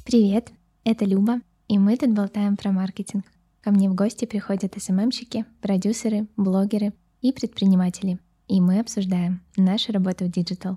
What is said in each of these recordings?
Привет, это Люба, и мы тут болтаем про маркетинг. Ко мне в гости приходят СММщики, продюсеры, блогеры и предприниматели. И мы обсуждаем нашу работу в диджитал.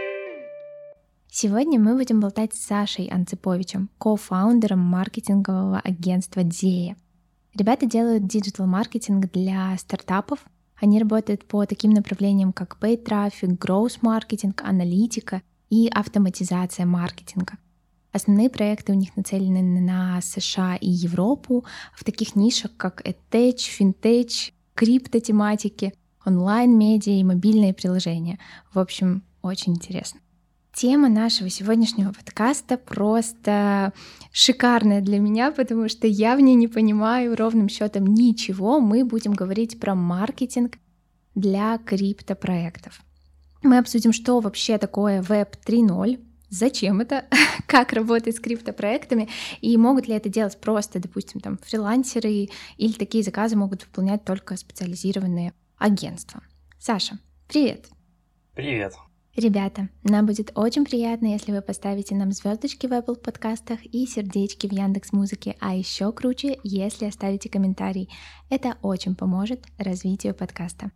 Сегодня мы будем болтать с Сашей Анциповичем, кофаундером маркетингового агентства Дзея. Ребята делают диджитал-маркетинг для стартапов. Они работают по таким направлениям, как paid traffic, growth маркетинг, аналитика и автоматизация маркетинга. Основные проекты у них нацелены на США и Европу в таких нишах, как EdTech, FinTech, криптотематики, онлайн-медиа и мобильные приложения. В общем, очень интересно. Тема нашего сегодняшнего подкаста просто шикарная для меня, потому что я в ней не понимаю ровным счетом ничего. Мы будем говорить про маркетинг для криптопроектов. Мы обсудим, что вообще такое Web 3.0, зачем это, как работать с криптопроектами, и могут ли это делать просто, допустим, там фрилансеры, или такие заказы могут выполнять только специализированные агентства. Саша, привет! Привет! Ребята, нам будет очень приятно, если вы поставите нам звездочки в Apple подкастах и сердечки в Яндекс.Музыке, а еще круче, если оставите комментарий. Это очень поможет развитию подкаста.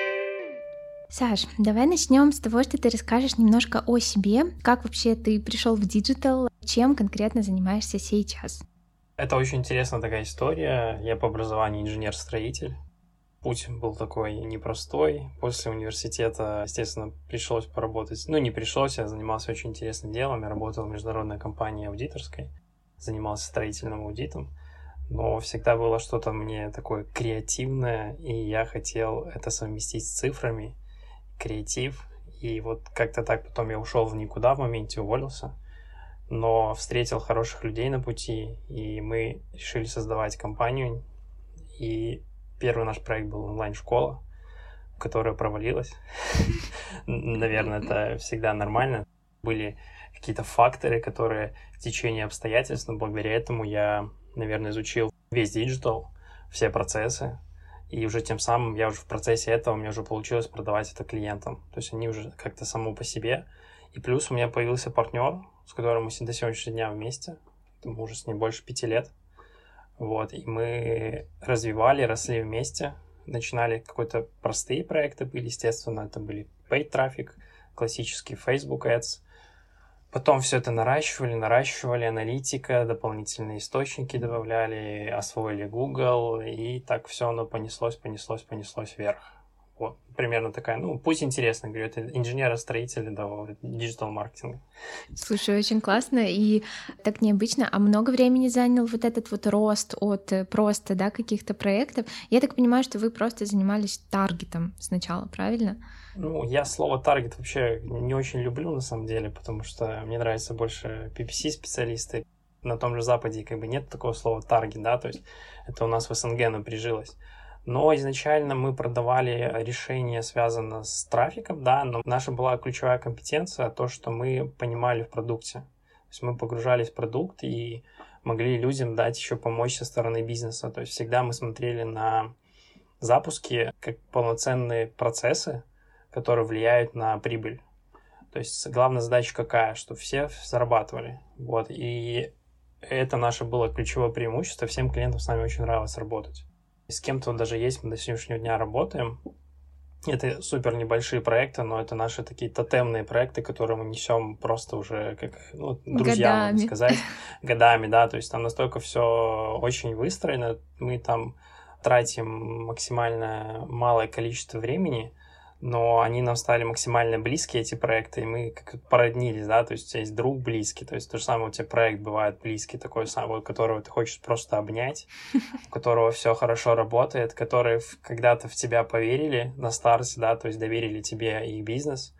Саш, давай начнем с того, что ты расскажешь немножко о себе, как вообще ты пришел в диджитал, чем конкретно занимаешься сейчас. Это очень интересная такая история. Я по образованию инженер-строитель. Путь был такой непростой. После университета, естественно, пришлось поработать. Не пришлось, я занимался очень интересным делом. Я работал в международной компании аудиторской, занимался строительным аудитом. Но всегда было что-то мне такое креативное, и я хотел это совместить с цифрами, креатив. И вот как-то так потом я ушел в никуда в моменте, уволился. Но встретил хороших людей на пути, и мы решили создавать компанию. И первый наш проект был онлайн-школа, которая провалилась. Наверное, это всегда нормально. Были какие-то факторы, которые в течение обстоятельств, но благодаря этому я, наверное, изучил весь диджитал, все процессы. И уже тем самым я уже в процессе этого, у меня уже получилось продавать это клиентам. То есть они уже как-то само по себе. И плюс у меня появился партнер, с которым мы до сегодняшнего дня вместе. Мы уже с ним больше 5 лет. Вот, и мы росли вместе, начинали какие-то простые проекты были, естественно, это были paid трафик, классический Facebook Ads. Потом все это наращивали, аналитика, дополнительные источники добавляли, освоили Google, и так все оно понеслось вверх. Вот, примерно такая, путь интересный, говорю, это инженера-строителя до диджитал-маркетинга. Слушай, очень классно и так необычно. А много времени занял вот этот вот рост от просто, каких-то проектов? Я так понимаю, что вы просто занимались таргетом сначала, правильно? Я слово таргет вообще не очень люблю, на самом деле, потому что мне нравится больше PPC-специалисты. На том же Западе нет такого слова таргет, то есть это у нас в СНГ прижилось. Но изначально мы продавали решения, связанные с трафиком, но наша была ключевая компетенция, то, что мы понимали в продукте. То есть мы погружались в продукт и могли людям дать еще помочь со стороны бизнеса. То есть всегда мы смотрели на запуски как полноценные процессы, которые влияют на прибыль. То есть главная задача какая? Что все зарабатывали. Вот. И это наше было ключевое преимущество. Всем клиентам с нами очень нравилось работать. С кем-то даже есть, мы до сегодняшнего дня работаем. Это супер небольшие проекты, но это наши такие тотемные проекты, которые мы несем просто уже как друзья, можно сказать, годами, то есть там настолько все очень выстроено, мы там тратим максимально малое количество времени, но они нам стали максимально близкие, эти проекты, и мы как породнились, то есть у тебя есть друг близкий, то есть то же самое у тебя проект бывает близкий, такой самый, которого ты хочешь просто обнять, у которого все хорошо работает, которые когда-то в тебя поверили на старте, то есть доверили тебе и бизнес,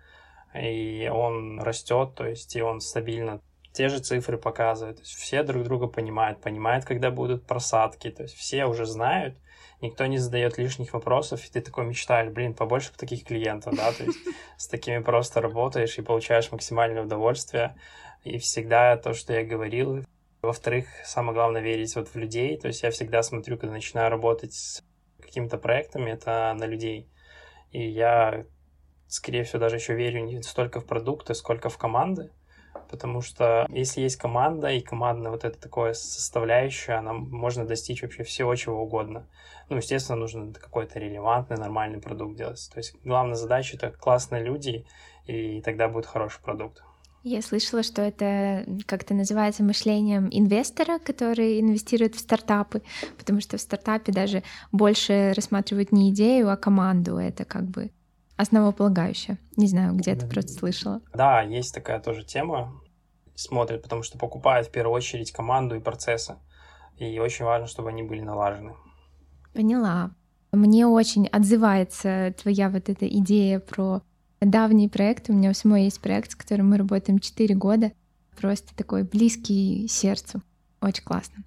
и он растет, то есть и он стабильно те же цифры показывает, то есть все друг друга понимают, когда будут просадки, то есть все уже знают, никто не задает лишних вопросов, и ты такой мечтаешь, побольше таких клиентов, то есть с такими просто работаешь и получаешь максимальное удовольствие, и всегда то, что я говорил. Во-вторых, самое главное верить в людей, то есть я всегда смотрю, когда начинаю работать с какими-то проектами, это на людей, и я, скорее всего, даже еще верю не столько в продукты, сколько в команды. Потому что если есть команда, и командная вот это такое составляющая, она можно достичь вообще всего, чего угодно. Ну, естественно, нужно какой-то релевантный, нормальный продукт делать. То есть главная задача — это классные люди, и тогда будет хороший продукт. Я слышала, что это как-то называется мышлением инвестора, который инвестирует в стартапы, потому что в стартапе даже больше рассматривают не идею, а команду. Это как бы основополагающее. Не знаю, где-то просто слышала. Да, есть такая тоже тема. Смотрят, потому что покупают в первую очередь команду и процессы. И очень важно, чтобы они были налажены. Поняла. Мне очень отзывается твоя вот эта идея про давние проекты. У меня у самой есть проект, с которым мы работаем 4 года. Просто такой близкий сердцу. Очень классно.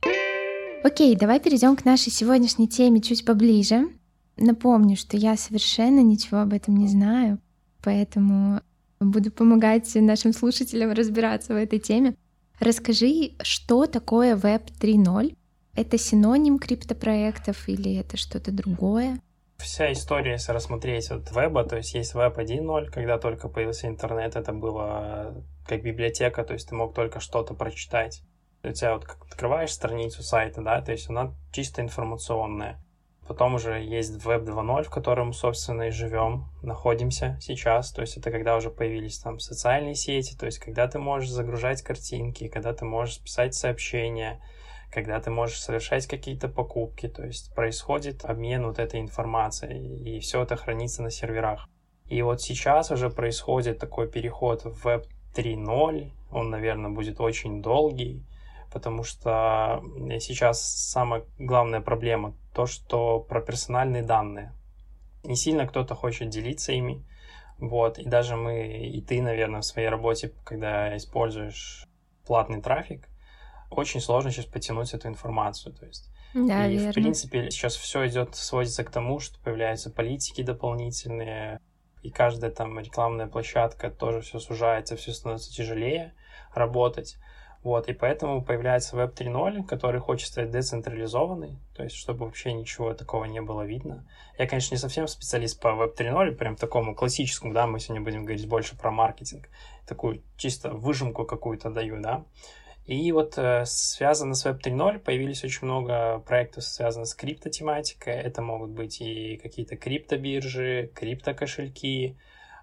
Окей, давай перейдем к нашей сегодняшней теме чуть поближе. Напомню, что я совершенно ничего об этом не знаю, поэтому буду помогать нашим слушателям разбираться в этой теме. Расскажи, что такое Web 3.0? Это синоним криптопроектов или это что-то другое? Вся история, если рассмотреть от веба, то есть веб 1.0, когда только появился интернет, это было как библиотека, то есть ты мог только что-то прочитать. У тебя вот как открываешь страницу сайта, да, то есть она чисто информационная. Потом уже есть веб 2.0, в котором, собственно, и живем, находимся сейчас. То есть это когда уже появились там социальные сети, то есть когда ты можешь загружать картинки, когда ты можешь писать сообщения, когда ты можешь совершать какие-то покупки, то есть происходит обмен вот этой информацией, и все это хранится на серверах. И вот сейчас уже происходит такой переход в Web 3.0, он, наверное, будет очень долгий, потому что сейчас самая главная проблема то, что про персональные данные. Не сильно кто-то хочет делиться ими, вот, и даже мы, и ты, наверное, в своей работе, когда используешь платный трафик, очень сложно сейчас потянуть эту информацию, то есть. Да, и, верно. в принципе, сейчас все идет, сводится к тому, что появляются политики дополнительные, и каждая там рекламная площадка тоже все сужается, все становится тяжелее работать. Вот, и поэтому появляется Web 3.0, который хочет стать децентрализованный, то есть чтобы вообще ничего такого не было видно. Я, конечно, не совсем специалист по Web 3.0, прям такому классическому, да, мы сегодня будем говорить больше про маркетинг, такую чисто выжимку какую-то даю, да. И вот связано с Web 3.0 появились очень много проектов, связанных с криптотематикой. Это могут быть и какие-то криптобиржи, криптокошельки,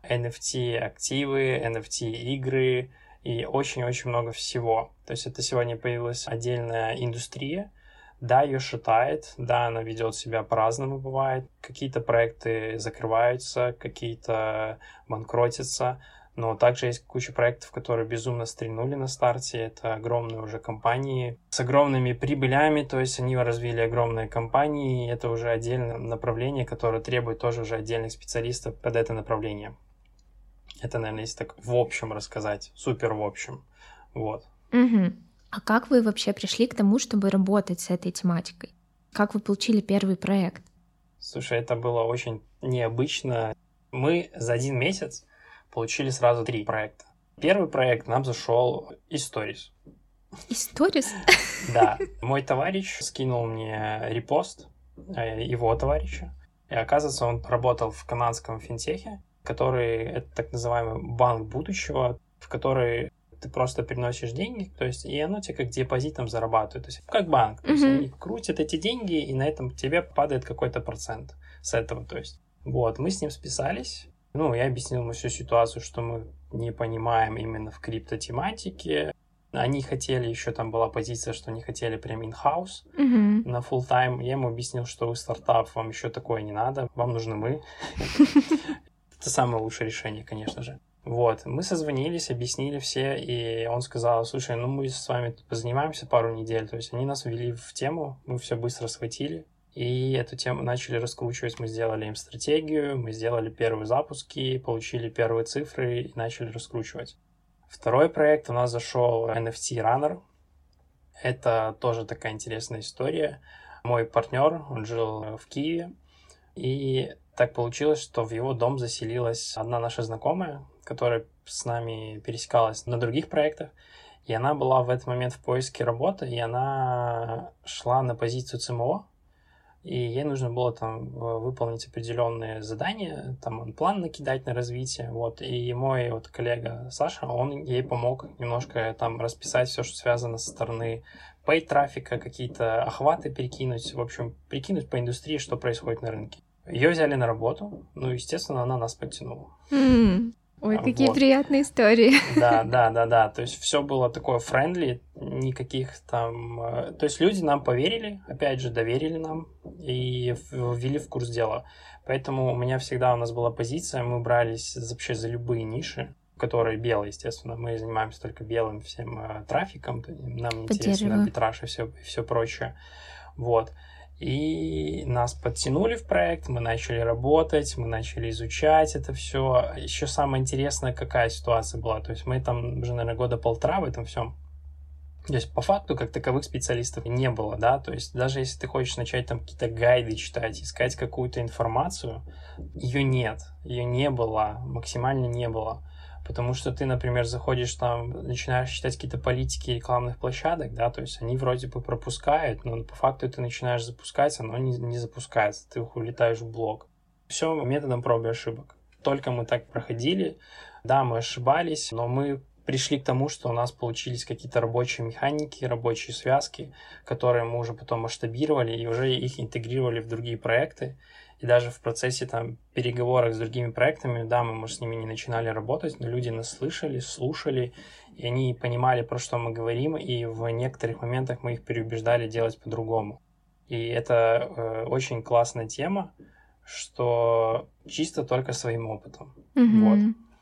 NFT-активы, NFT-игры и очень-очень много всего. То есть это сегодня появилась отдельная индустрия. Да, ее шатает, да, она ведет себя по-разному бывает. Какие-то проекты закрываются, какие-то банкротятся. Но также есть куча проектов, которые безумно стрельнули на старте. Это огромные уже компании с огромными прибылями, то есть они развили огромные компании, и это уже отдельное направление, которое требует тоже уже отдельных специалистов под это направление. Это, наверное, если так в общем рассказать, супер в общем. Вот. Угу. А как вы вообще пришли к тому, чтобы работать с этой тематикой? Как вы получили первый проект? Слушай, это было очень необычно. Мы за 1 месяц получили сразу 3 проекта. Первый проект нам зашел из Stories. Из Stories? Да. Мой товарищ скинул мне репост его товарища. И оказывается, он работал в канадском финтехе, который, это так называемый банк будущего, в который ты просто переносишь деньги, то есть, и оно тебе как депозитом зарабатывает. То есть, как банк. То есть, они крутят эти деньги, и на этом тебе падает какой-то процент с этого. То есть, вот, мы с ним списались. Ну, я объяснил ему всю ситуацию, что мы не понимаем именно в криптотематике. Они хотели, еще там была позиция, что они хотели прям in-house на full time. Я ему объяснил, что вы стартап, вам еще такое не надо, вам нужны мы. Это самое лучшее решение, конечно же. Вот, мы созвонились, объяснили все, и он сказал, слушай, ну мы с вами позанимаемся пару недель. То есть они нас ввели в тему, мы все быстро схватили. И эту тему начали раскручивать, мы сделали им стратегию, мы сделали первые запуски, получили первые цифры и начали раскручивать. Второй проект у нас зашел NFT Runner. Это тоже такая интересная история. Мой партнер, он жил в Киеве, и так получилось, что в его дом заселилась одна наша знакомая, которая с нами пересекалась на других проектах. И она была в этот момент в поиске работы, и она шла на позицию ЦМО. и ей нужно было там выполнить определенные задания, там план накидать на развитие, вот, и мой вот коллега Саша, он ей помог немножко там расписать все, что связано со стороны paid трафика, какие-то охваты перекинуть, в общем, прикинуть по индустрии, что происходит на рынке. Ее взяли на работу, ну, естественно, она нас подтянула. Ой, какие приятные истории. Да. То есть все было такое френдли, никаких там... То есть люди нам поверили, опять же, доверили нам и ввели в курс дела. Поэтому у нас была позиция, мы брались вообще за любые ниши, которые белые, естественно. Мы занимаемся только белым всем трафиком, нам не интересен арбитраж и все прочее. Вот. И нас подтянули в проект, мы начали работать, мы начали изучать это все. Еще самое интересное, какая ситуация была. То есть мы там уже, наверное, года полтора в этом всем. То есть по факту как таковых специалистов не было, да. То есть даже если ты хочешь начать там какие-то гайды читать, искать какую-то информацию, ее нет, ее не было, максимально не было. Потому что ты, например, заходишь там, начинаешь читать какие-то политики рекламных площадок, да, то есть они вроде бы пропускают, но по факту ты начинаешь запускать, оно не запускается, ты улетаешь в блог. Все методом проб и ошибок. Только мы так проходили, да, мы ошибались, но мы пришли к тому, что у нас получились какие-то рабочие механики, рабочие связки, которые мы уже потом масштабировали и уже их интегрировали в другие проекты. И даже в процессе там переговоров с другими проектами, да, мы, может, с ними не начинали работать, но люди нас слышали, слушали, и они понимали, про что мы говорим, и в некоторых моментах мы их переубеждали делать по-другому. И это очень классная тема, что чисто только своим опытом. Вот.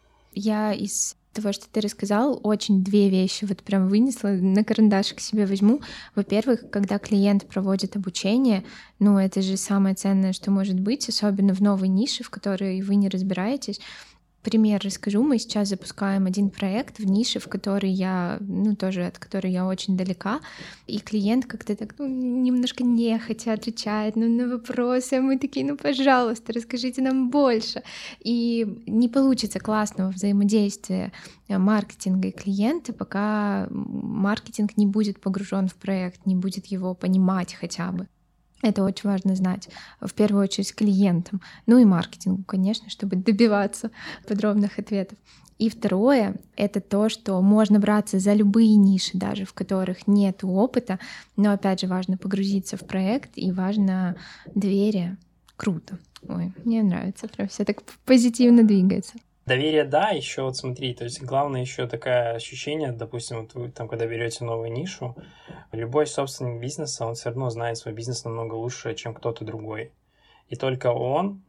Я из того, что ты рассказал, очень две вещи вот прям вынесла, на карандашик себе возьму. Во-первых, когда клиент проводит обучение, ну это же самое ценное, что может быть, особенно в новой нише, в которой вы не разбираетесь. Пример расскажу. Мы сейчас запускаем один проект в нише, в которой тоже от которой я очень далека, и клиент как-то так, немножко нехотя отвечает на вопросы, а мы такие, пожалуйста, расскажите нам больше. И не получится классного взаимодействия маркетинга и клиента, пока маркетинг не будет погружен в проект, не будет его понимать хотя бы. Это очень важно знать, в первую очередь с клиентом, ну и маркетингу, конечно, чтобы добиваться подробных ответов. И второе — это то, что можно браться за любые ниши, даже в которых нет опыта, но опять же важно погрузиться в проект и важно доверие. Круто. Ой, мне нравится, прям все так позитивно двигается. Доверие, да, еще вот смотри, то есть главное еще такое ощущение, допустим, вот вы там, когда берете новую нишу, любой собственник бизнеса, он все равно знает свой бизнес намного лучше, чем кто-то другой. И только он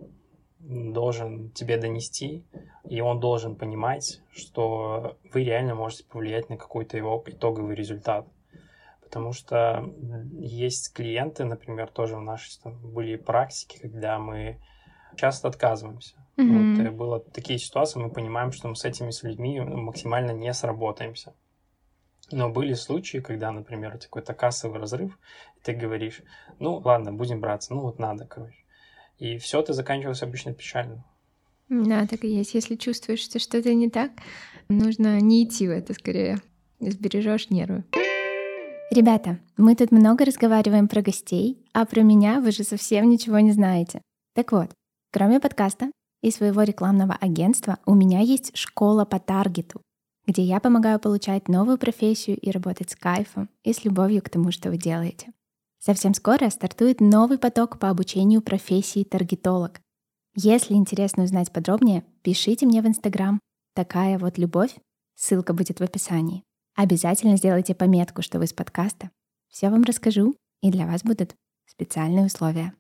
должен тебе донести, и он должен понимать, что вы реально можете повлиять на какой-то его итоговый результат. Потому что есть клиенты, например, тоже в нашей были практики, когда мы часто отказываемся. Вот, было такие ситуации, мы понимаем, что мы с этими людьми максимально не сработаемся. Но были случаи, когда, например, какой-то кассовый разрыв, и ты говоришь, ладно, будем браться, надо, короче. И все это заканчивалось обычно печально. Да, так и есть. Если чувствуешь, что что-то не так, нужно не идти в это скорее. Сбережешь нервы. Ребята, мы тут много разговариваем про гостей, а про меня вы же совсем ничего не знаете. Так вот, кроме подкаста и своего рекламного агентства, у меня есть школа по таргету, где я помогаю получать новую профессию и работать с кайфом и с любовью к тому, что вы делаете. Совсем скоро стартует новый поток по обучению профессии таргетолог. Если интересно узнать подробнее, пишите мне в Инстаграм. Такая вот любовь. Ссылка будет в описании. Обязательно сделайте пометку, что вы с подкаста. Все вам расскажу, и для вас будут специальные условия.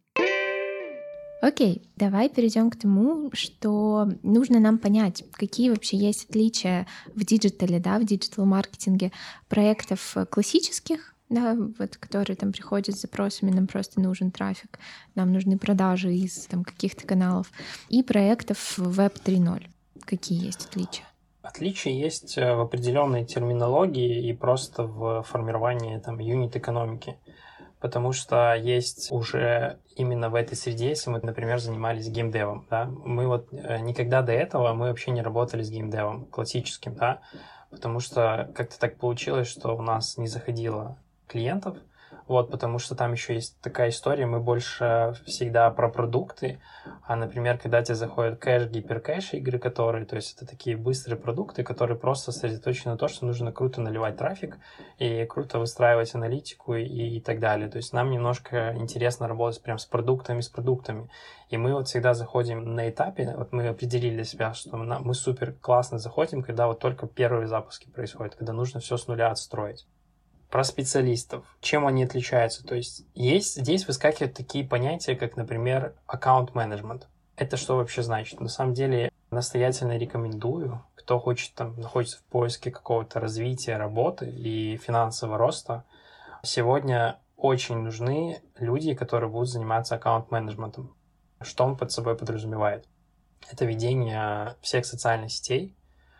Окей, давай перейдем к тому, что нужно нам понять, какие вообще есть отличия в диджитале, в диджитал-маркетинге проектов классических, которые там приходят с запросами, нам просто нужен трафик, нам нужны продажи из каких-то каналов, и проектов Web 3.0. Какие есть отличия? Отличия есть в определенной терминологии и просто в формировании юнит-экономики. Потому что есть уже именно в этой среде, если мы, например, занимались геймдевом, мы никогда до этого мы вообще не работали с геймдевом классическим, потому что как-то так получилось, что у нас не заходило клиентов, Вот, потому что там еще есть такая история, мы больше всегда про продукты, а, например, когда тебе заходят кэш, гиперкэш игры, которые, то есть это такие быстрые продукты, которые просто сосредоточены на том, что нужно круто наливать трафик и круто выстраивать аналитику и так далее. То есть нам немножко интересно работать прям с продуктами. И мы вот всегда заходим на этапе, вот мы определили для себя, что мы супер классно заходим, когда вот только первые запуски происходят, когда нужно все с нуля отстроить. Про специалистов. Чем они отличаются? То есть здесь выскакивают такие понятия, как, например, аккаунт-менеджмент. Это что вообще значит? На самом деле, настоятельно рекомендую, кто хочет находится в поиске какого-то развития работы и финансового роста, сегодня очень нужны люди, которые будут заниматься аккаунт-менеджментом. Что он под собой подразумевает? Это ведение всех социальных сетей,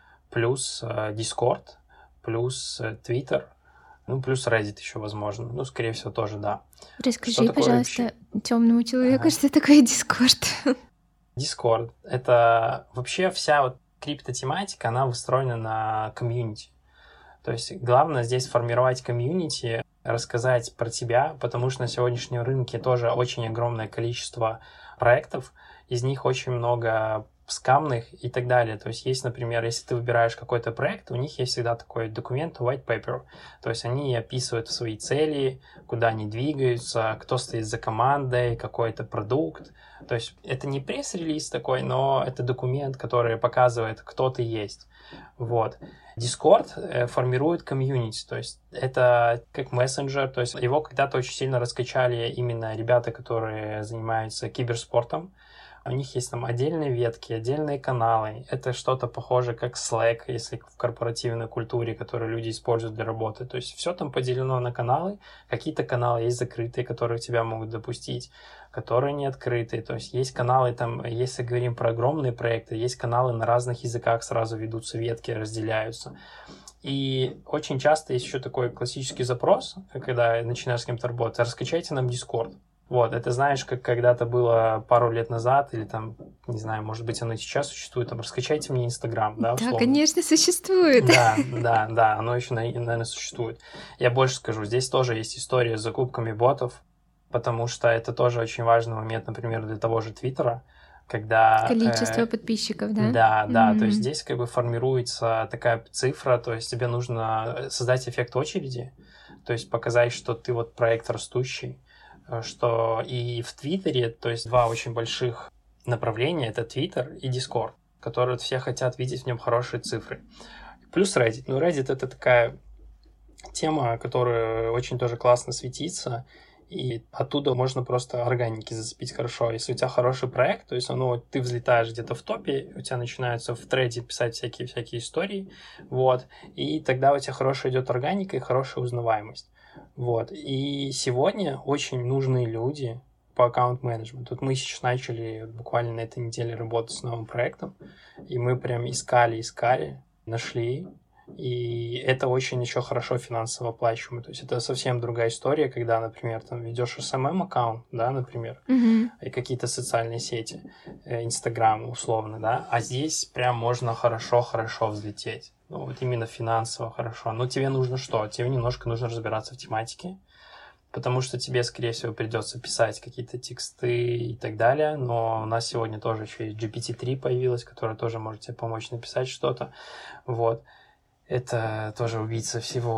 плюс Discord, плюс Twitter, плюс Reddit еще возможно. Скорее всего, тоже, да. Расскажи, пожалуйста, темному человеку, что такое Discord. Discord — это вообще вся вот криптотематика, она выстроена на комьюнити. То есть главное здесь формировать комьюнити, рассказать про тебя, потому что на сегодняшнем рынке тоже очень огромное количество проектов, из них очень много скамных и так далее. То есть есть, например, если ты выбираешь какой-то проект, у них есть всегда такой документ white paper. То есть они описывают свои цели, куда они двигаются, кто стоит за командой, какой-то продукт. То есть это не пресс-релиз такой, но это документ, который показывает, кто ты есть. Вот. Discord формирует комьюнити, то есть это как мессенджер, то есть его когда-то очень сильно раскачали именно ребята, которые занимаются киберспортом. У них есть там отдельные ветки, отдельные каналы. Это что-то похоже как Slack, если в корпоративной культуре, которую люди используют для работы. То есть все там поделено на каналы. Какие-то каналы есть закрытые, которые тебя могут допустить, которые не открытые. То есть есть каналы там, если говорим про огромные проекты, есть каналы на разных языках, сразу ведутся ветки, разделяются. И очень часто есть еще такой классический запрос, когда начинаешь с кем-то работать: раскачайте нам Discord. Вот, это знаешь, как когда-то было пару лет назад, или там, не знаю, может быть, оно и сейчас существует, там, раскачайте мне Инстаграм, да, условно. Да, конечно, существует. Да, оно еще, наверное, существует. Я больше скажу, здесь тоже есть история с закупками ботов, потому что это тоже очень важный момент, например, для того же Твиттера, когда... Количество подписчиков, да? Да, то есть здесь как бы формируется такая цифра, то есть тебе нужно создать эффект очереди, то есть показать, что ты вот проект растущий, что и в Твиттере, то есть два очень больших направления, это Твиттер и Discord, которые все хотят видеть в нем хорошие цифры. Плюс Reddit. Reddit — это такая тема, которая очень тоже классно светится, и оттуда можно просто органики зацепить хорошо. Если у тебя хороший проект, то есть ты взлетаешь где-то в топе, у тебя начинаются в трейде писать всякие истории, вот, и тогда у тебя хорошая идет органика и хорошая узнаваемость. Вот. И сегодня очень нужны люди по аккаунт-менеджменту. Вот мы сейчас начали буквально на этой неделе работать с новым проектом, и мы прям искали, нашли, и это очень еще хорошо финансово оплачиваемо. То есть это совсем другая история, когда, например, там ведешь SMM-аккаунт, да, например, и какие-то социальные сети, Инстаграм условно, да, а здесь прям можно хорошо взлететь. Вот именно финансово хорошо. Но тебе нужно что? Тебе немножко нужно разбираться в тематике, потому что тебе, скорее всего, придется писать какие-то тексты и так далее. Но у нас сегодня тоже еще есть GPT-3 появилась, которая тоже может тебе помочь написать что-то. Вот. Это тоже убийца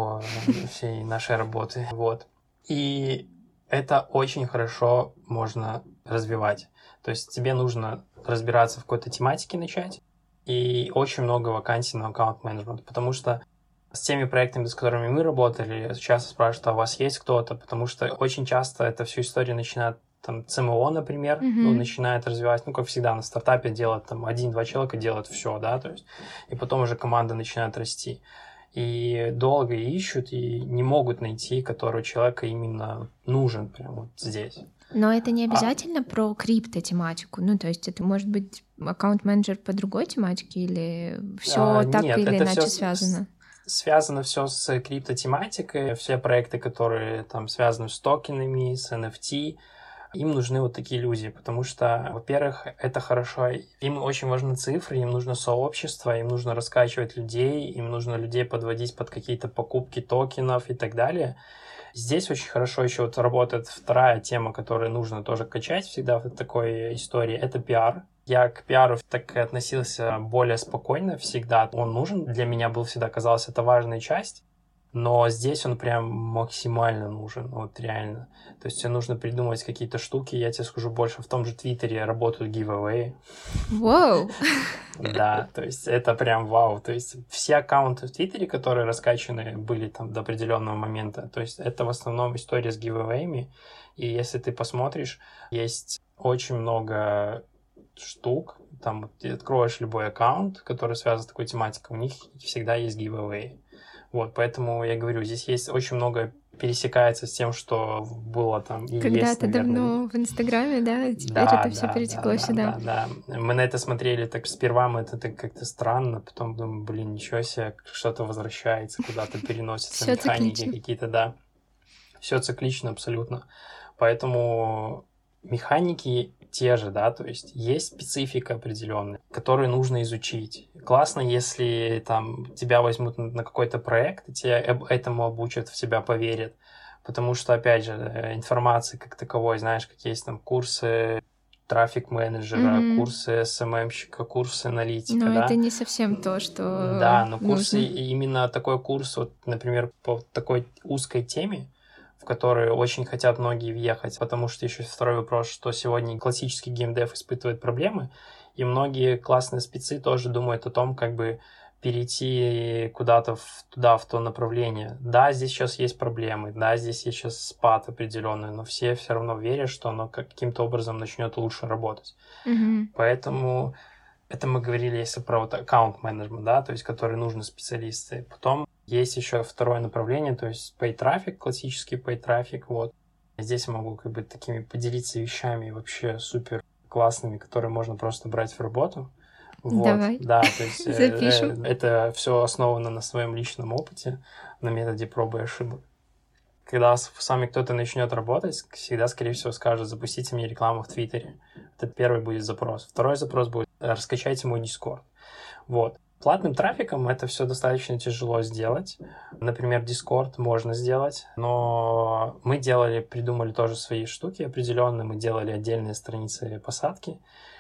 всей нашей работы. Вот. И это очень хорошо можно развивать. То есть тебе нужно разбираться в какой-то тематике начать, и очень много вакансий на аккаунт-менеджмент, потому что с теми проектами, с которыми мы работали, часто спрашивают: а у вас есть кто-то? Потому что очень часто это всю историю начинает там ЦМО, например, начинает развивать, как всегда на стартапе делают, там 1-2 человека делают все, да, то есть, и потом уже команда начинает расти. И долго ищут, и не могут найти, который человека именно нужен прямо вот здесь. Но это не обязательно про криптотематику. То есть это может быть аккаунт-менеджер по другой тематике, или все так нет, или иначе связано? Связано все с криптотематикой. Все проекты, которые там связаны с токенами, с NFT, им нужны вот такие люди, потому что, во-первых, это хорошо, им очень важны цифры, им нужно сообщество, им нужно раскачивать людей, им нужно людей подводить под какие-то покупки токенов и так далее. Здесь очень хорошо еще вот работает вторая тема, которую нужно тоже качать всегда в такой истории, это пиар. Я к пиару так и относился более спокойно всегда. Он нужен, для меня был всегда, казалось, это важная часть. Но здесь он прям максимально нужен, вот реально. То есть тебе нужно придумывать какие-то штуки. Я тебе скажу больше, в том же Твиттере работают giveaway. Вау! Да, то есть это прям вау. То есть все аккаунты в Твиттере, которые раскачаны были там до определенного момента, то есть это в основном история с гивэвэями. И если ты посмотришь, есть очень много штук. Там ты откроешь любой аккаунт, который связан с такой тематикой, у них всегда есть giveaway. Вот, поэтому я говорю, здесь есть очень много пересекается с тем, что было там и когда-то есть, наверное. давно в Инстаграме, да, теперь Да, это все перетекло сюда. Да. Мы на это смотрели, так сперва мы это так как-то странно, потом думаем, блин, ничего себе, что-то возвращается, куда-то переносятся механики какие-то, да. Все циклично абсолютно. Поэтому механики те же, да, то есть специфика определенная, которую нужно изучить. Классно, если там тебя возьмут на какой-то проект, и тебя этому обучат, в тебя поверят, потому что, опять же, информации как таковой, знаешь, какие есть там курсы трафик-менеджера, курсы СММщика, курсы аналитика, но да? это не совсем то, что да, но курсы, нужно. именно такой курс, вот, например, по такой узкой теме, в которые очень хотят многие въехать, потому что еще второй вопрос, что сегодня классический геймдев испытывает проблемы, и многие классные спецы тоже думают о том, как бы перейти куда-то в то направление. Да, здесь сейчас есть проблемы, да, здесь есть сейчас спад определенный, но все равно верят, что оно каким-то образом начнет лучше работать. Поэтому это мы говорили, если про вот аккаунт-менеджмент, да, то есть который нужны специалисты. Потом есть еще второе направление, то есть pay traffic, классический pay traffic, вот. Здесь я могу как бы такими поделиться вещами вообще супер классными, которые можно просто брать в работу. Вот. Давай. Да, то есть Запишем. это все основано на своем личном опыте, на методе пробы и ошибок. Когда с вами кто-то начнет работать, всегда, скорее всего, скажет, запустите мне рекламу в Твиттере. Это первый будет запрос. Второй запрос будет, раскачайте мой Discord. Вот. Платным трафиком это все достаточно тяжело сделать. Например, Discord можно сделать, но мы придумали тоже свои штуки определенные, мы делали отдельные страницы посадки,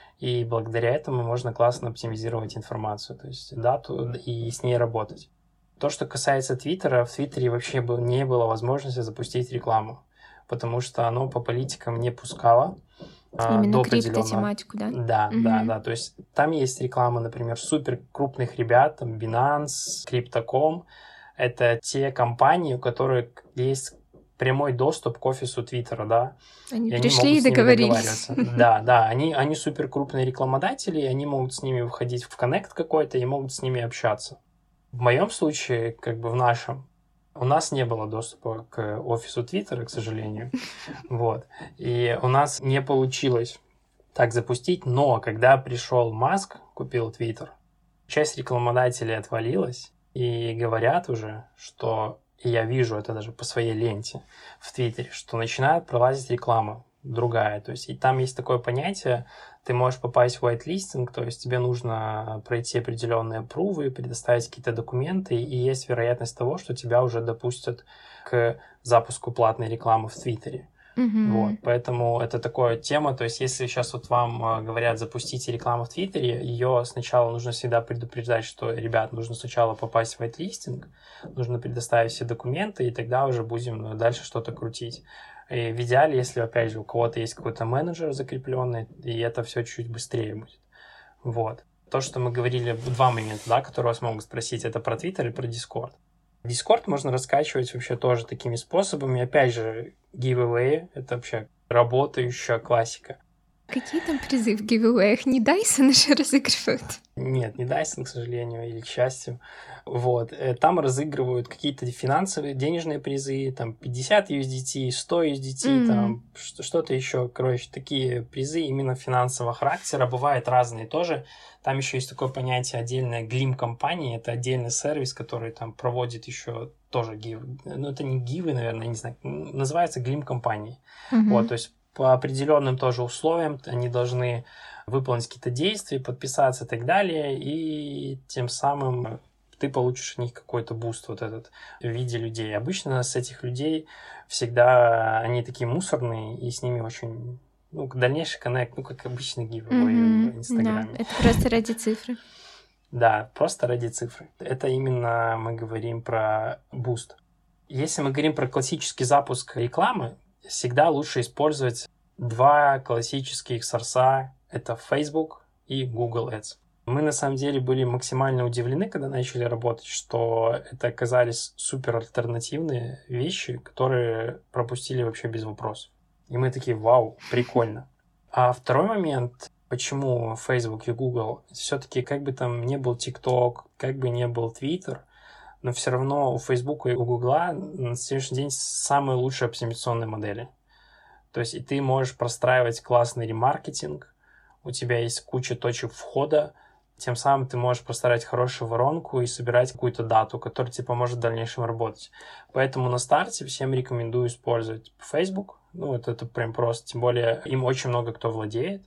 и благодаря этому можно классно оптимизировать информацию, то есть дату и с ней работать. То, что касается Твиттера, в Твиттере вообще не было возможности запустить рекламу, потому что оно по политикам не пускало. Именно криптотематику, да? Да. То есть там есть реклама, например, супер крупных ребят, там Binance, Crypto.com. Это те компании, у которых есть прямой доступ к офису Твиттера, да. Они и пришли они и договорились. Да, они супер крупные рекламодатели, и они могут с ними входить в коннект какой-то и могут с ними общаться. В моем случае, как бы в нашем, у нас не было доступа к офису Твиттера, к сожалению. Вот. И у нас не получилось так запустить, но когда пришел Маск, купил Твиттер, часть рекламодателей отвалилась, и говорят уже, что, и я вижу это даже по своей ленте в Твиттере, что начинает пролазить реклама другая. То есть и там есть такое понятие, ты можешь попасть в whitelisting, то есть тебе нужно пройти определенные апрувы, предоставить какие-то документы, и есть вероятность того, что тебя уже допустят к запуску платной рекламы в Твиттере. Вот, поэтому это такая тема, то есть если сейчас вот вам говорят запустите рекламу в Твиттере, ее сначала нужно всегда предупреждать, что, ребят, нужно сначала попасть в whitelisting, нужно предоставить все документы, и тогда уже будем дальше что-то крутить. И в идеале, если, опять же, у кого-то есть какой-то менеджер закрепленный, и это все чуть быстрее будет. Вот. То, что мы говорили, два момента, да, которые вас могут спросить, это про Twitter и про Discord. Discord можно раскачивать вообще тоже такими способами. Опять же, giveaway — это вообще работающая классика. Какие там призы в гивэвэях? Не Dyson же разыгрывают? Нет, не Dyson, к сожалению, или к счастью. Вот. Там разыгрывают какие-то финансовые, денежные призы, там 50 USDT, 100 USDT, там что-то еще. Короче, такие призы именно финансового характера. Бывают разные тоже. Там еще есть такое понятие отдельное Glim-компании. Это отдельный сервис, который там проводит еще тоже гивы. Ну, это не гивы, наверное, не знаю. Называется Glim-компанией. Вот, то есть по определенным тоже условиям. Они должны выполнить какие-то действия, подписаться и так далее, и тем самым ты получишь от них какой-то буст вот этот в виде людей. Обычно с этих людей всегда они такие мусорные, и с ними очень, дальнейший коннект, как обычный гивэвэй в Инстаграме. Да, это просто ради цифры. Да, просто ради цифры. Это именно мы говорим про буст. Если мы говорим про классический запуск рекламы, всегда лучше использовать два классических сорса. Это Facebook и Google Ads. Мы на самом деле были максимально удивлены, когда начали работать, что это оказались супер альтернативные вещи, которые пропустили вообще без вопросов. И мы такие, вау, прикольно. А второй момент, почему Facebook и Google, все-таки как бы там не был TikTok, как бы не был Twitter, но все равно у Facebook и у Google на сегодняшний день самые лучшие оптимизационные модели. То есть и ты можешь простраивать классный ремаркетинг, у тебя есть куча точек входа, тем самым ты можешь построить хорошую воронку и собирать какую-то дату, которая тебе поможет в дальнейшем работать. Поэтому на старте всем рекомендую использовать Facebook. Это прям просто. Тем более им очень много кто владеет,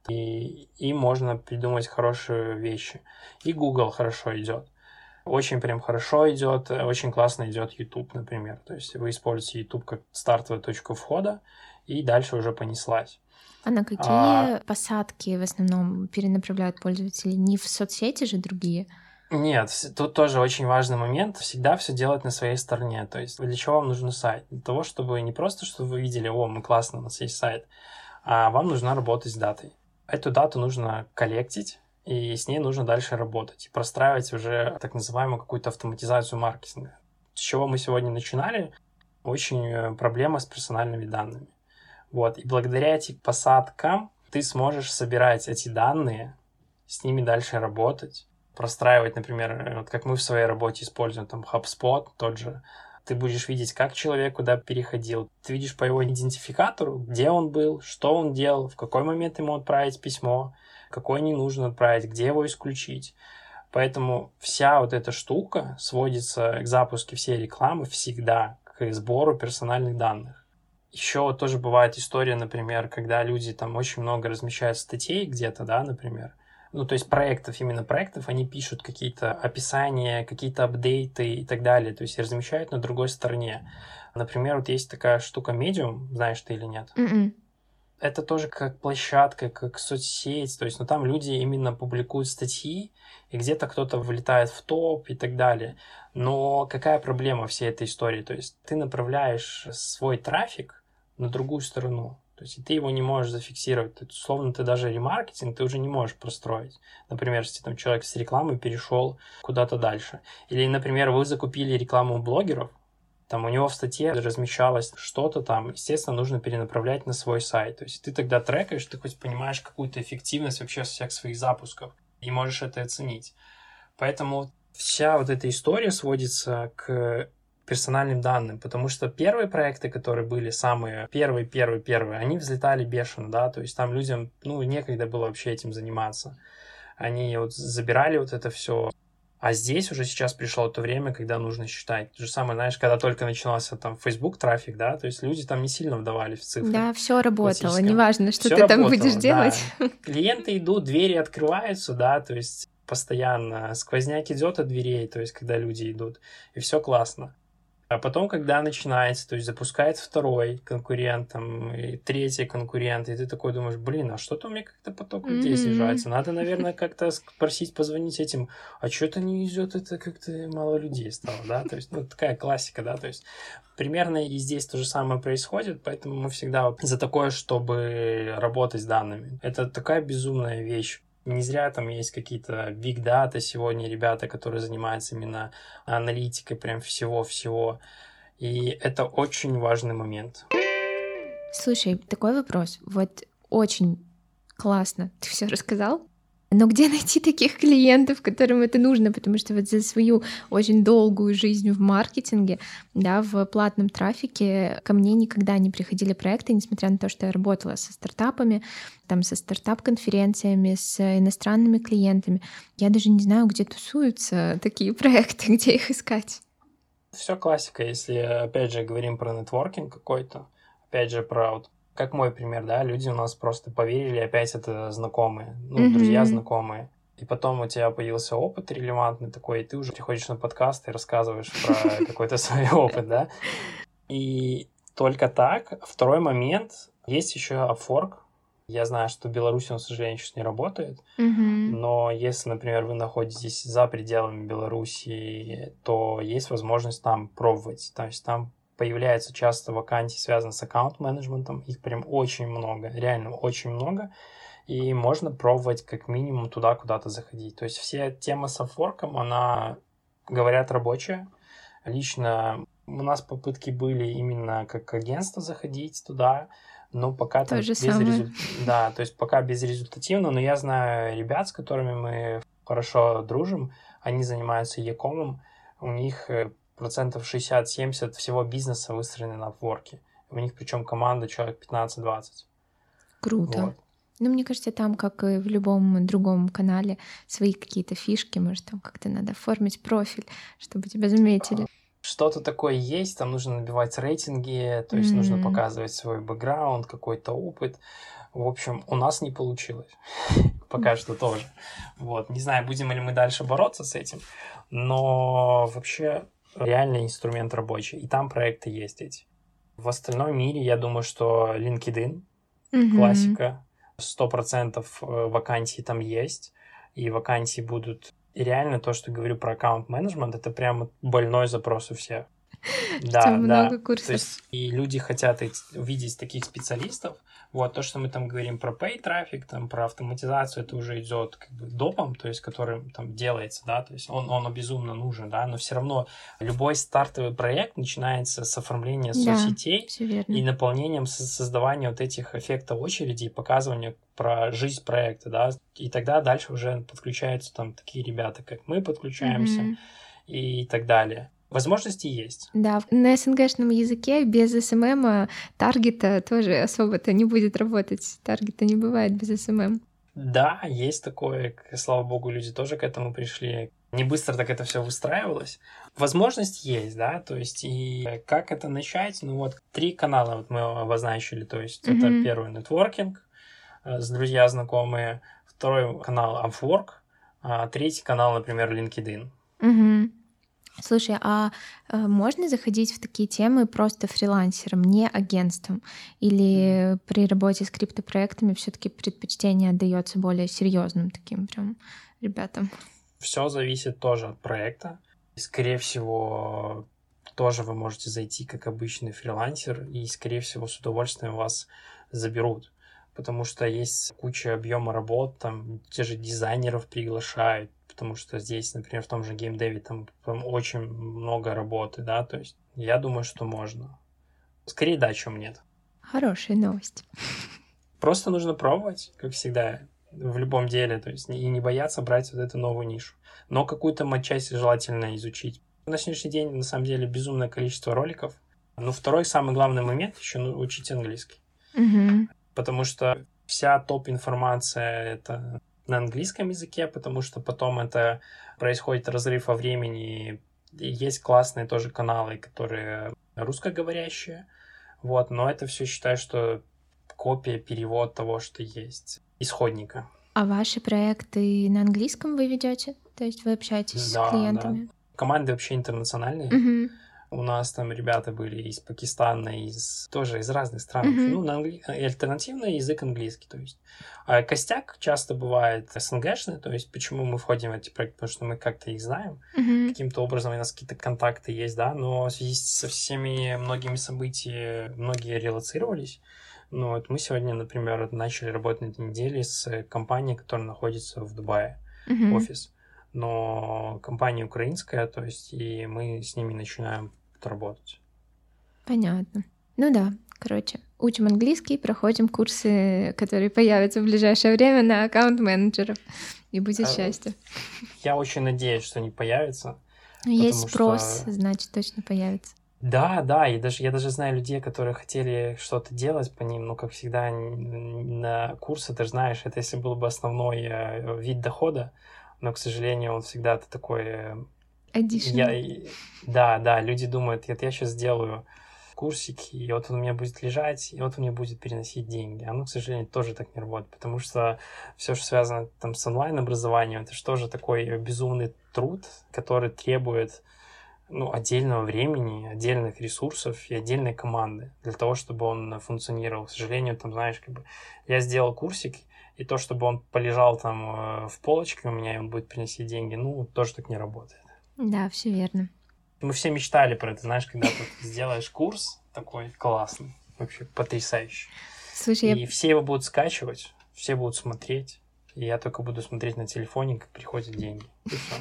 и им можно придумать хорошие вещи. И Google хорошо идет. Очень прям хорошо идет, очень классно идет YouTube, например. То есть вы используете YouTube как стартовую точку входа, и дальше уже понеслась. А на какие посадки в основном перенаправляют пользователи? Не в соцсети же другие? Нет, тут тоже очень важный момент. Всегда все делать на своей стороне. То есть для чего вам нужен сайт? Для того, чтобы не просто, чтобы вы видели, мы классно, у нас есть сайт, а вам нужно работать с датой. Эту дату нужно коллектить, и с ней нужно дальше работать и простраивать уже так называемую какую-то автоматизацию маркетинга. С чего мы сегодня начинали? Очень проблема с персональными данными. И благодаря этим посадкам ты сможешь собирать эти данные, с ними дальше работать, простраивать, например, как мы в своей работе используем, там, HubSpot тот же. Ты будешь видеть, как человек куда переходил. Ты видишь по его идентификатору, где он был, что он делал, в какой момент ему отправить письмо, какой не нужно отправить, где его исключить. Поэтому вся вот эта штука сводится к запуску всей рекламы всегда к сбору персональных данных. Еще тоже бывает история, например, когда люди там очень много размещают статей где-то, да, например. То есть именно проектов, они пишут какие-то описания, какие-то апдейты и так далее, то есть размещают на другой стороне. Например, есть такая штука Medium, знаешь ты или нет? Это тоже как площадка, как соцсеть, то есть, там люди именно публикуют статьи, и где-то кто-то вылетает в топ и так далее. Но какая проблема всей этой истории? То есть ты направляешь свой трафик на другую сторону. То есть ты его не можешь зафиксировать. Условно, ты даже ремаркетинг ты уже не можешь простроить. Например, если там человек с рекламы перешел куда-то дальше. Или, например, вы закупили рекламу блогеров, там у него в статье размещалось что-то там, естественно, нужно перенаправлять на свой сайт. То есть ты тогда трекаешь, ты хоть понимаешь какую-то эффективность вообще всех своих запусков и можешь это оценить. Поэтому вся вот эта история сводится к персональным данным, потому что первые проекты, которые были самые первые, они взлетали бешено, да, то есть там людям, некогда было вообще этим заниматься. Они забирали это все. А здесь уже сейчас пришло то время, когда нужно считать. То же самое, знаешь, когда только начинался там Facebook трафик, да, то есть люди там не сильно вдавались в цифры. Да, все работало, неважно, что ты там будешь делать. Клиенты идут, двери открываются, да, то есть постоянно сквозняк идет от дверей, то есть когда люди идут, и все классно. А потом, когда начинается, то есть запускает второй конкурент, там, и третий конкурент, и ты такой думаешь, а что-то у меня как-то поток людей снижается. Надо, наверное, как-то спросить, позвонить этим, а что-то не идет, это как-то мало людей стало, да, то есть, такая классика, да, то есть примерно и здесь то же самое происходит, поэтому мы всегда за такое, чтобы работать с данными. Это такая безумная вещь. Не зря там есть какие-то big data сегодня, ребята, которые занимаются именно аналитикой прям всего-всего. И это очень важный момент. Слушай, такой вопрос. Очень классно ты все рассказал. Но где найти таких клиентов, которым это нужно? Потому что за свою очень долгую жизнь в маркетинге, да, в платном трафике ко мне никогда не приходили проекты, несмотря на то, что я работала со стартапами, там, со стартап-конференциями, с иностранными клиентами. Я даже не знаю, где тусуются такие проекты, где их искать. Все классика, если, опять же, говорим про нетворкинг какой-то, опять же, про Как мой пример, да, люди у нас просто поверили, опять это знакомые, друзья знакомые. И потом у тебя появился опыт релевантный такой, и ты уже приходишь на подкаст и рассказываешь про какой-то свой опыт, да. И только так. Второй момент, есть еще Upwork. Я знаю, что в Беларуси он, к сожалению, сейчас не работает, но если, например, вы находитесь за пределами Беларуси, то есть возможность там пробовать. То есть там появляются часто вакансии, связанные с аккаунт-менеджментом. Их прям очень много, реально очень много. И можно пробовать как минимум туда куда-то заходить. То есть вся тема с Upwork'ом, она, говорят, рабочая. Лично у нас попытки были именно как агентство заходить туда, но пока там да, то есть пока безрезультативно, но я знаю ребят, с которыми мы хорошо дружим, они занимаются e-com'ом, у них 60-70% всего бизнеса выстроены на Upwork'е. У них причем команда человек 15-20. Круто. Вот. Ну, мне кажется, там, как и в любом другом канале, свои какие-то фишки, может, там как-то надо оформить профиль, чтобы тебя заметили. Что-то такое есть, там нужно набивать рейтинги, то есть нужно показывать свой бэкграунд, какой-то опыт. В общем, у нас не получилось. Пока что тоже. Вот. Не знаю, будем ли мы дальше бороться с этим, но вообще реальный инструмент рабочий. И там проекты есть эти. В остальном мире, я думаю, что LinkedIn, классика, 100% вакансий там есть, и вакансии будут... И реально то, что говорю про аккаунт-менеджмент, это прямо больной запрос у всех. Да, много курсов. То есть, и люди хотят видеть таких специалистов. Вот то, что мы там говорим про pay трафик, там про автоматизацию, это уже идет как бы допом, то есть который там делается, да, то есть он безумно нужен, да, но все равно любой стартовый проект начинается с оформления соцсетей и наполнением, создавания вот этих эффектов очереди, показывания про жизнь проекта, да, и тогда дальше уже подключаются там такие ребята, как мы подключаемся и так далее. Возможности есть. Да, на СНГшном языке без СММ таргета тоже особо-то не будет работать. Таргета не бывает без СММ. Да, есть такое. Слава богу, люди тоже к этому пришли. Не быстро так это все выстраивалось. Возможность есть, да, то есть и как это начать? Ну вот 3 канала вот мы обозначили, то есть это первый нетворкинг, с друзья, знакомые, второй канал Upwork, а третий канал, например, LinkedIn. Слушай, а можно заходить в такие темы просто фрилансером, не агентством? Или при работе с криптопроектами все-таки предпочтение отдается более серьезным таким прям ребятам? Все зависит тоже от проекта. Скорее всего, тоже вы можете зайти как обычный фрилансер, и, скорее всего, с удовольствием вас заберут. Потому что есть куча объема работ, там те же дизайнеров приглашают, потому что здесь, например, в том же геймдеве там очень много работы, да, то есть я думаю, что можно. Скорее да, чем нет. Хорошая новость. Просто нужно пробовать, как всегда, в любом деле, то есть и не бояться брать вот эту новую нишу. Но какую-то матчасть желательно изучить. На сегодняшний день, на самом деле, безумное количество роликов. Но второй самый главный момент еще учить английский. Потому что вся топ-информация это на английском языке, потому что потом это происходит разрыв во времени. И есть классные тоже каналы, которые русскоговорящие. Вот, но это все считаю, что копия, перевод того, что есть, исходника. А ваши проекты на английском вы ведете? То есть вы общаетесь с клиентами? Да. Команды вообще интернациональные. У нас там ребята были из Пакистана, тоже из разных стран. Ну, альтернативный язык английский, то есть. А костяк часто бывает СНГшный, то есть почему мы входим в эти проекты, потому что мы как-то их знаем, каким-то образом у нас какие-то контакты есть, да, но в связи со всеми многими событиями многие релоцировались. Ну, вот мы сегодня, например, начали работать на этой неделе с компанией, которая находится в Дубае, офис. Но компания украинская, то есть и мы с ними начинаем работать. Понятно. Ну да, короче, учим английский, проходим курсы, которые появятся в ближайшее время на аккаунт-менеджеров, и будет счастье. Я очень надеюсь, что они появятся. Есть спрос, значит, точно появится. Да, и я даже знаю людей, которые хотели что-то делать по ним, но, как всегда, на курсы, ты же знаешь, это если был бы основной вид дохода, но, к сожалению, он всегда такой... Additional. Да, люди думают, я сейчас сделаю курсик, и вот он у меня будет лежать, и вот он мне будет переносить деньги. Оно, к сожалению, тоже так не работает, потому что все, что связано там с онлайн-образованием, это же тоже такой безумный труд, который требует отдельного времени, отдельных ресурсов и отдельной команды для того, чтобы он функционировал. К сожалению, там, знаешь, я сделал курсик, и то, чтобы он полежал там в полочке у меня, и он будет приносить деньги, тоже так не работает. Да, все верно. Мы все мечтали про это, знаешь, когда ты сделаешь курс такой классный, вообще потрясающий. Слушай, и все его будут скачивать, все будут смотреть, и я только буду смотреть на телефоне, как приходят деньги. И все.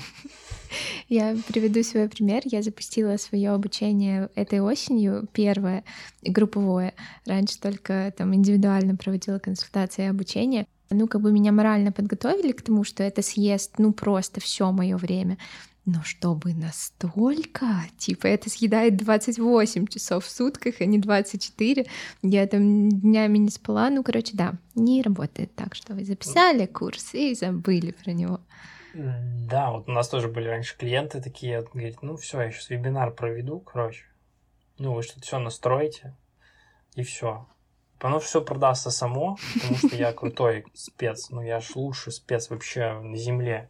Я приведу свой пример. Я запустила свое обучение этой осенью, первое, групповое. Раньше только там индивидуально проводила консультации и обучение. Меня морально подготовили к тому, что это съест, просто все мое время. Но чтобы настолько, это съедает 28 часов в сутках, а не 24. Я там днями не спала. Да, не работает так, что вы записали курс и забыли про него. Да, вот у нас тоже были раньше клиенты такие, говорят, все, я сейчас вебинар проведу, вы что-то все настроите, и все. Оно все продастся само, потому что я крутой спец, я ж лучший спец вообще на земле.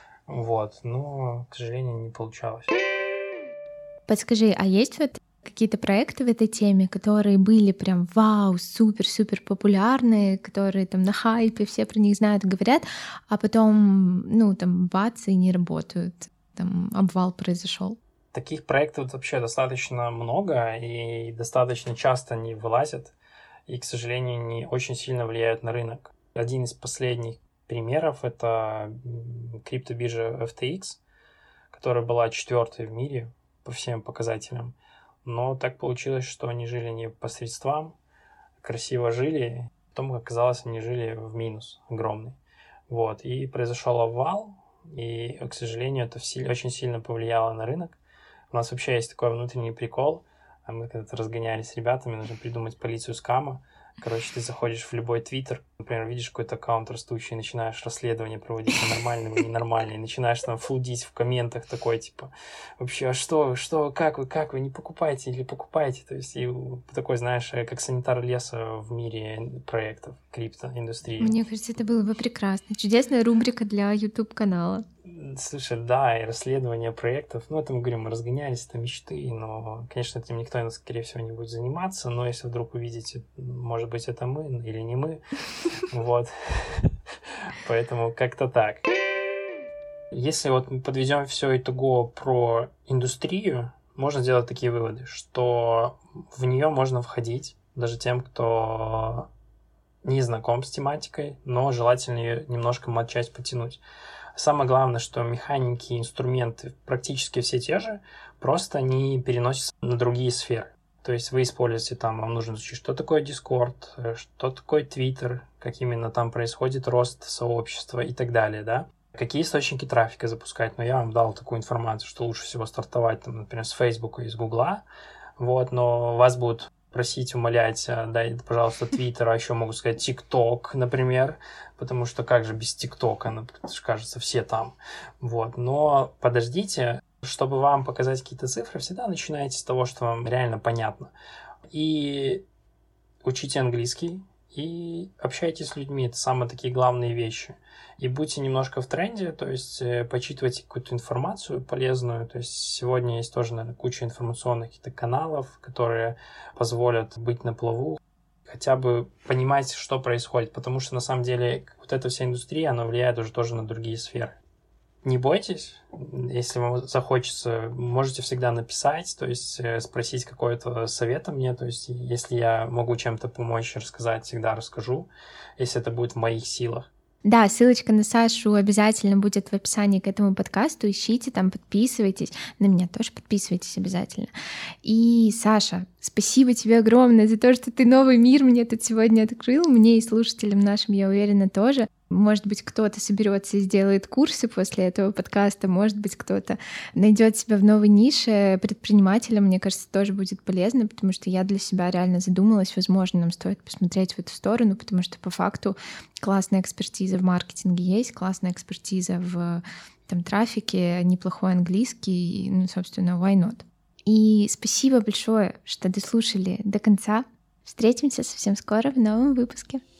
Но, к сожалению, не получалось. Подскажи, а есть какие-то проекты в этой теме, которые были прям вау, супер-супер популярные, которые там на хайпе, все про них знают и говорят, а потом, бац, и не работают, обвал произошел? Таких проектов вообще достаточно много, и достаточно часто они вылазят, и, к сожалению, не очень сильно влияют на рынок. Один из последних примеров — это криптобиржа FTX, которая была 4-й в мире по всем показателям. Но так получилось, что они жили не по средствам, красиво жили, потом, как оказалось, они жили в минус огромный. И произошел обвал, и, к сожалению, это очень сильно повлияло на рынок. У нас вообще есть такой внутренний прикол, мы когда-то разгонялись с ребятами, нужно придумать полицию скама. Ты заходишь в любой твиттер, например, видишь какой-то аккаунт растущий, начинаешь расследование проводить на нормальном и ненормальном, и начинаешь там флудить в комментах такой, вообще, а что, как вы не покупаете или покупаете? То есть, и такой, знаешь, как санитар леса в мире проектов криптоиндустрии. Мне кажется, это было бы прекрасно. Чудесная рубрика для YouTube-канала. Слушай, да, и расследование проектов, это мы говорим, мы разгонялись, это мечты, но, конечно, этим никто, скорее всего, не будет заниматься, но если вдруг увидите, может быть, это мы или не мы, Поэтому как-то так. Если мы подведем все итого про индустрию, можно сделать такие выводы, что в нее можно входить даже тем, кто не знаком с тематикой, но желательно ее немножко матчасть потянуть. Самое главное, что механики, инструменты практически все те же, просто они переносятся на другие сферы. То есть вы используете вам нужно изучить, что такое Discord, что такое Twitter, как именно там происходит рост сообщества и так далее, да. Какие источники трафика запускать? Я вам дал такую информацию, что лучше всего стартовать, например, с Facebook и с Google, но вас будут просить, умолять, дай, пожалуйста, Twitter, а еще могу сказать TikTok, например, потому что как же без ТикТока, кажется, все там. Но подождите, чтобы вам показать какие-то цифры, всегда начинайте с того, что вам реально понятно. И учите английский, и общайтесь с людьми, это самые такие главные вещи. И будьте немножко в тренде, то есть почитывайте какую-то информацию полезную. То есть сегодня есть тоже, наверное, куча информационных каких-то каналов, которые позволят быть на плаву, хотя бы понимать, что происходит, потому что на самом деле эта вся индустрия, она влияет уже тоже на другие сферы. Не бойтесь, если вам захочется, можете всегда написать, то есть спросить какой-то совета мне, то есть если я могу чем-то помочь, рассказать, всегда расскажу, если это будет в моих силах. Да, ссылочка на Сашу обязательно будет в описании к этому подкасту. Ищите там, подписывайтесь. На меня тоже подписывайтесь обязательно. И, Саша, спасибо тебе огромное за то, что ты новый мир мне тут сегодня открыл. Мне и слушателям нашим, я уверена, тоже. Может быть, кто-то соберется и сделает курсы после этого подкаста, может быть, кто-то найдет себя в новой нише. Предпринимателям, мне кажется, тоже будет полезно, потому что я для себя реально задумалась, возможно, нам стоит посмотреть в эту сторону, потому что по факту классная экспертиза в маркетинге есть, классная экспертиза в трафике, неплохой английский, собственно, why not? И спасибо большое, что дослушали до конца. Встретимся совсем скоро в новом выпуске.